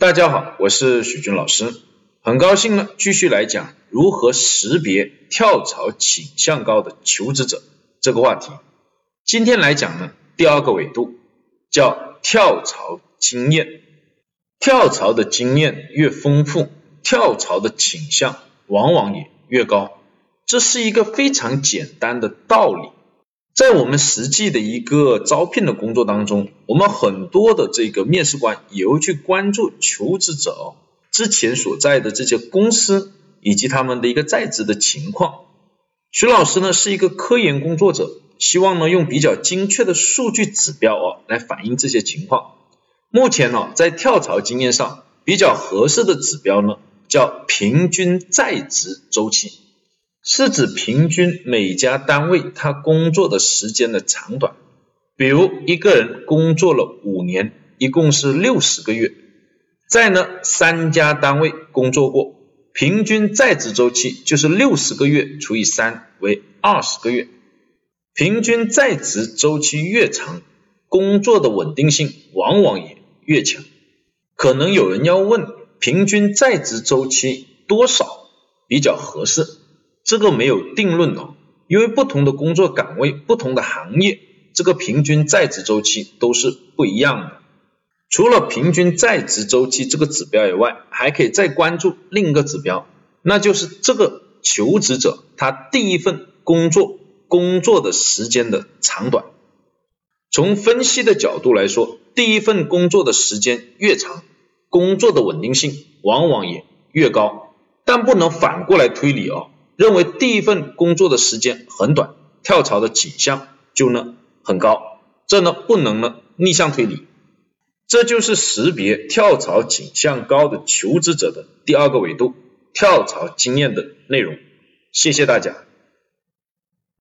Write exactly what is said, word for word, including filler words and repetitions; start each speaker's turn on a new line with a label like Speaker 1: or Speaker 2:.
Speaker 1: 大家好，我是许军老师，很高兴呢继续来讲如何识别跳槽倾向高的求职者这个话题。今天来讲呢第二个维度叫跳槽经验。跳槽的经验越丰富，跳槽的倾向往往也越高，这是一个非常简单的道理。在我们实际的一个招聘的工作当中，我们很多的这个面试官也会去关注求职者、哦、之前所在的这些公司以及他们的一个在职的情况。徐老师呢是一个科研工作者，希望呢用比较精确的数据指标、哦、来反映这些情况。目前呢、哦、在跳槽经验上比较合适的指标呢叫平均在职周期，是指平均每家单位他工作的时间的长短。比如一个人工作了五年，一共是六十个月，在呢三家单位工作过，平均在职周期就是六十个月除以三为二十个月。平均在职周期越长，工作的稳定性往往也越强。可能有人要问，平均在职周期多少比较合适？这个没有定论哦，因为不同的工作岗位、不同的行业，这个平均在职周期都是不一样的。除了平均在职周期这个指标以外，还可以再关注另一个指标，那就是这个求职者他第一份工作工作的时间的长短。从分析的角度来说，第一份工作的时间越长，工作的稳定性往往也越高，但不能反过来推理哦，认为第一份工作的时间很短，跳槽的倾向就呢很高，这呢不能呢逆向推理。这就是识别跳槽倾向高的求职者的第二个维度，跳槽经验的内容。谢谢大家。